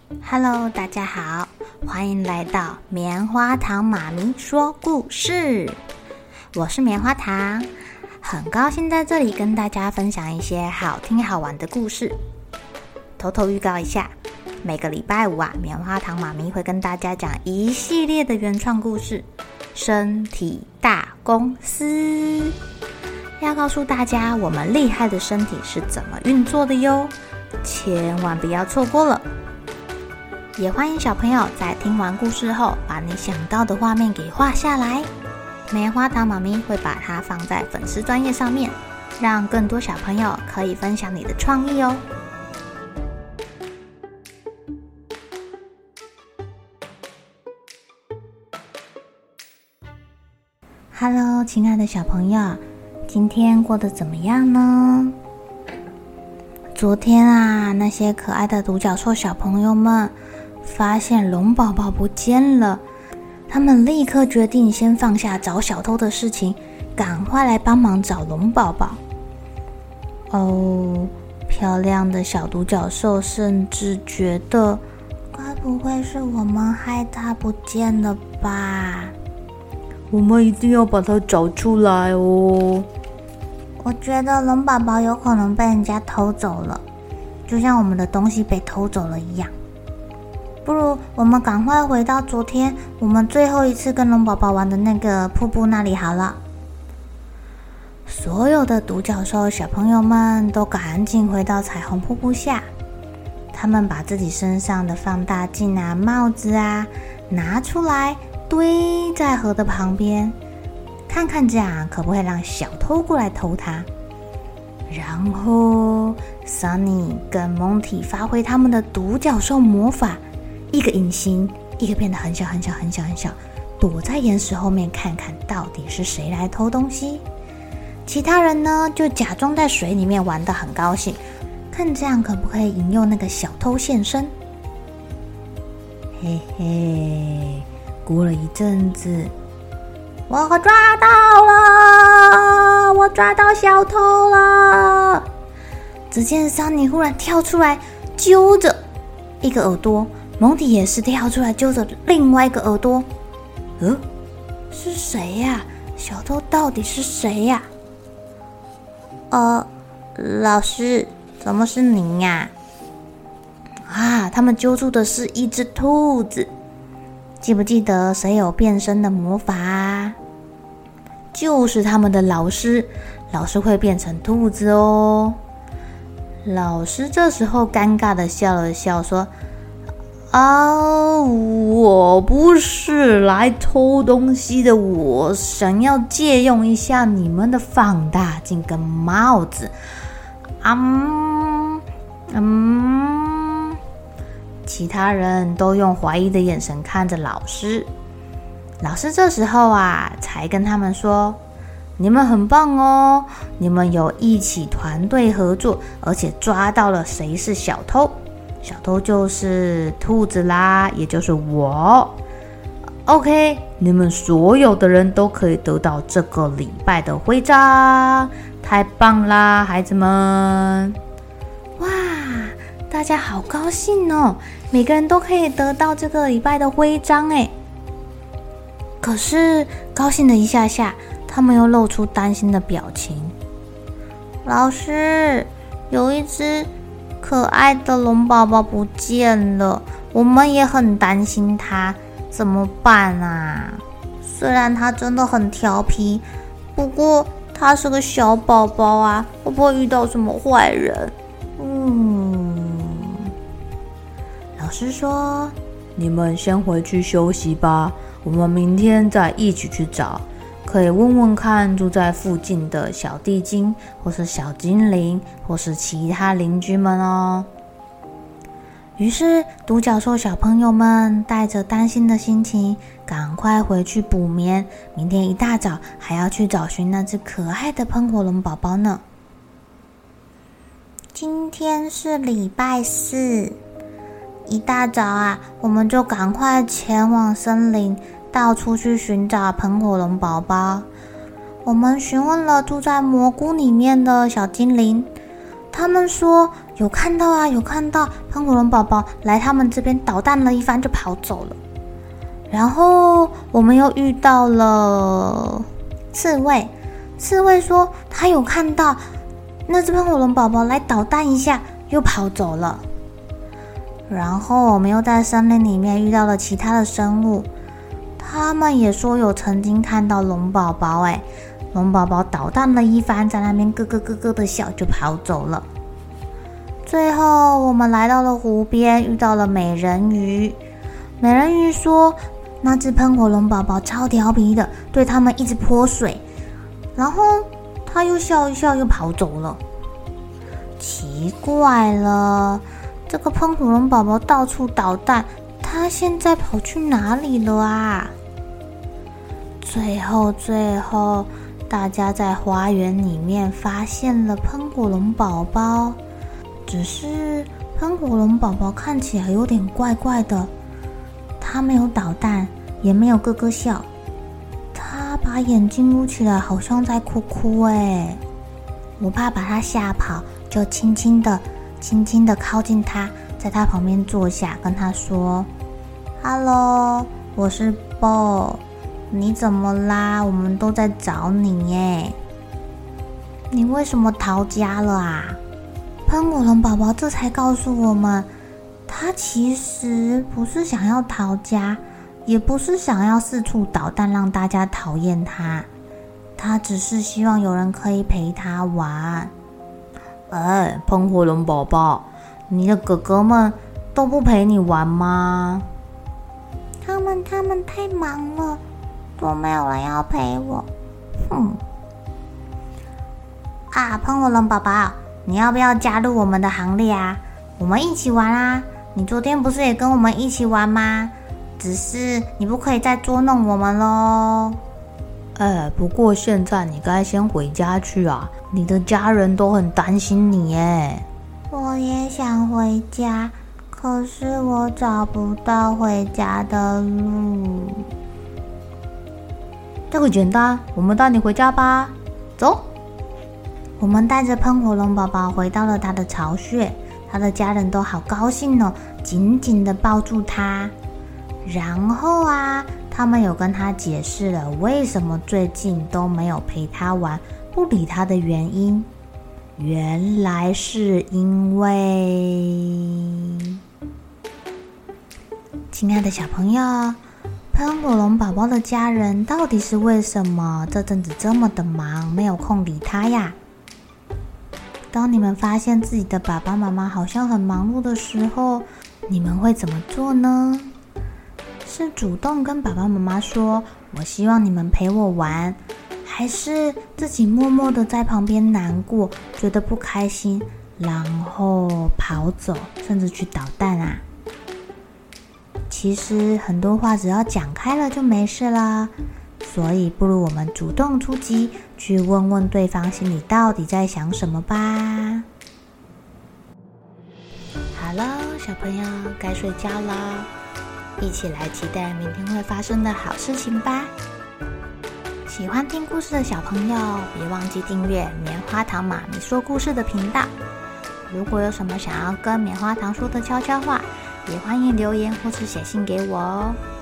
Hello， 大家好，欢迎来到棉花糖妈咪说故事。我是棉花糖，很高兴在这里跟大家分享一些好听好玩的故事。偷偷预告一下，每个礼拜五棉花糖妈咪会跟大家讲一系列的原创故事，身体大公司。要告诉大家我们厉害的身体是怎么运作的哟，千万不要错过了。也欢迎小朋友在听完故事后，把你想到的画面给画下来。棉花糖妈咪会把它放在粉丝专页上面，让更多小朋友可以分享你的创意哦。Hello， 亲爱的小朋友，今天过得怎么样呢？昨天那些可爱的独角兽小朋友们发现龙宝宝不见了，他们立刻决定先放下找小偷的事情，赶快来帮忙找龙宝宝。漂亮的小独角兽甚至觉得，该不会是我们害它不见了吧？ 我们一定要把它找出来哦。 我觉得龙宝宝有可能被人家偷走了，就像我们的东西被偷走了一样。不如我们赶快回到昨天我们最后一次跟龙宝宝玩的那个瀑布那里好了。所有的独角兽小朋友们都赶紧回到彩虹瀑布下，他们把自己身上的放大镜帽子拿出来堆在河的旁边，看看这样可不可以让小偷过来偷它。然后 Sunny 跟 Monty 发挥他们的独角兽魔法，一个隐形，一个变得很小很小很小很小，躲在岩石后面看看到底是谁来偷东西。其他人呢就假装在水里面玩得很高兴，看这样可不可以引诱那个小偷现身。嘿嘿，过了一阵子，我抓到了，我抓到小偷了。只见Sunny忽然跳出来揪着一个耳朵，蒙蒂也是跳出来揪着另外一个耳朵。是谁呀？小偷到底是谁呀？老师，怎么是您呀？他们揪住的是一只兔子。记不记得谁有变身的魔法？就是他们的老师，老师会变成兔子哦。老师这时候尴尬的笑了笑说，我不是来偷东西的，我想要借用一下你们的放大镜跟帽子。其他人都用怀疑的眼神看着老师。老师这时候才跟他们说，你们很棒哦，你们有一起团队合作，而且抓到了谁是小偷。小偷就是兔子啦，也就是我。OK， 你们所有的人都可以得到这个礼拜的徽章，太棒啦，孩子们！哇，大家好高兴哦，每个人都可以得到这个礼拜的徽章耶。可是高兴了一下下，他们又露出担心的表情。老师，有一只可爱的龙宝宝不见了，我们也很担心它，怎么办啊？虽然它真的很调皮，不过它是个小宝宝会不会遇到什么坏人？老师说， 你们先回去休息吧，我们明天再一起去找。可以问问看住在附近的小地精或是小精灵或是其他邻居们哦。 于是独角兽小朋友们带着担心的心情赶快回去补眠，明天一大早还要去找寻那只可爱的喷火龙宝宝呢。今天是礼拜4，一大早我们就赶快前往森林，到处去寻找喷火龙宝宝。我们询问了住在蘑菇里面的小精灵， 他们说有看到啊，有看到喷火龙宝宝来他们这边捣蛋了一番就跑走了。然后我们又遇到了刺猬，刺猬说他有看到那只喷火龙宝宝来捣蛋一下又跑走了。然后我们又在森林里面遇到了其他的生物，他们也说有曾经看到龙宝宝，龙宝宝捣蛋了一番，在那边咯咯咯咯的笑就跑走了。最后我们来到了湖边，遇到了美人鱼。美人鱼说那只喷火龙宝宝超调皮的，对他们一直泼水，然后他又笑一笑又跑走了。奇怪了，这个喷火龙宝宝到处捣蛋，他现在跑去哪里了啊？最后大家在花园里面发现了喷火龙宝宝，只是喷火龙宝宝看起来有点怪怪的，他没有捣蛋，也没有咯咯笑，他把眼睛捂起来，好像在哭哭我怕把他吓跑，就轻轻的靠近他，在他旁边坐下，跟他说 ：“Hello， 我是 Bo， 你怎么啦？我们都在找你耶，你为什么逃家了啊？”喷火龙宝宝这才告诉我们，他其实不是想要逃家，也不是想要四处捣蛋让大家讨厌他，他只是希望有人可以陪他玩。喷火龙宝宝，你的哥哥们都不陪你玩吗？他们太忙了，都没有人要陪我。喷火龙宝宝，你要不要加入我们的行列啊？我们一起玩啊！你昨天不是也跟我们一起玩吗？只是你不可以再捉弄我们咯。 不过现在你该先回家去啊，你的家人都很担心你耶。 我也想回家，可是我找不到回家的路。 这个简单，我们带你回家吧，走。 我们带着喷火龙宝宝回到了他的巢穴，他的家人都好高兴哦，紧紧地抱住他。然后他们有跟他解释了为什么最近都没有陪他玩，不理他的原因。原来是因为，亲爱的小朋友，喷火龙宝宝的家人到底是为什么这阵子这么的忙，没有空理他呀？当你们发现自己的爸爸妈妈好像很忙碌的时候，你们会怎么做呢？是主动跟爸爸妈妈说我希望你们陪我玩，还是自己默默的在旁边难过，觉得不开心，然后跑走，甚至去捣蛋啊？其实很多话只要讲开了就没事啦，所以不如我们主动出击，去问问对方心里到底在想什么吧。好了，小朋友该睡觉了，一起来期待明天会发生的好事情吧。喜欢听故事的小朋友，别忘记订阅棉花糖妈咪说故事的频道。如果有什么想要跟棉花糖说的悄悄话，也欢迎留言或是写信给我哦。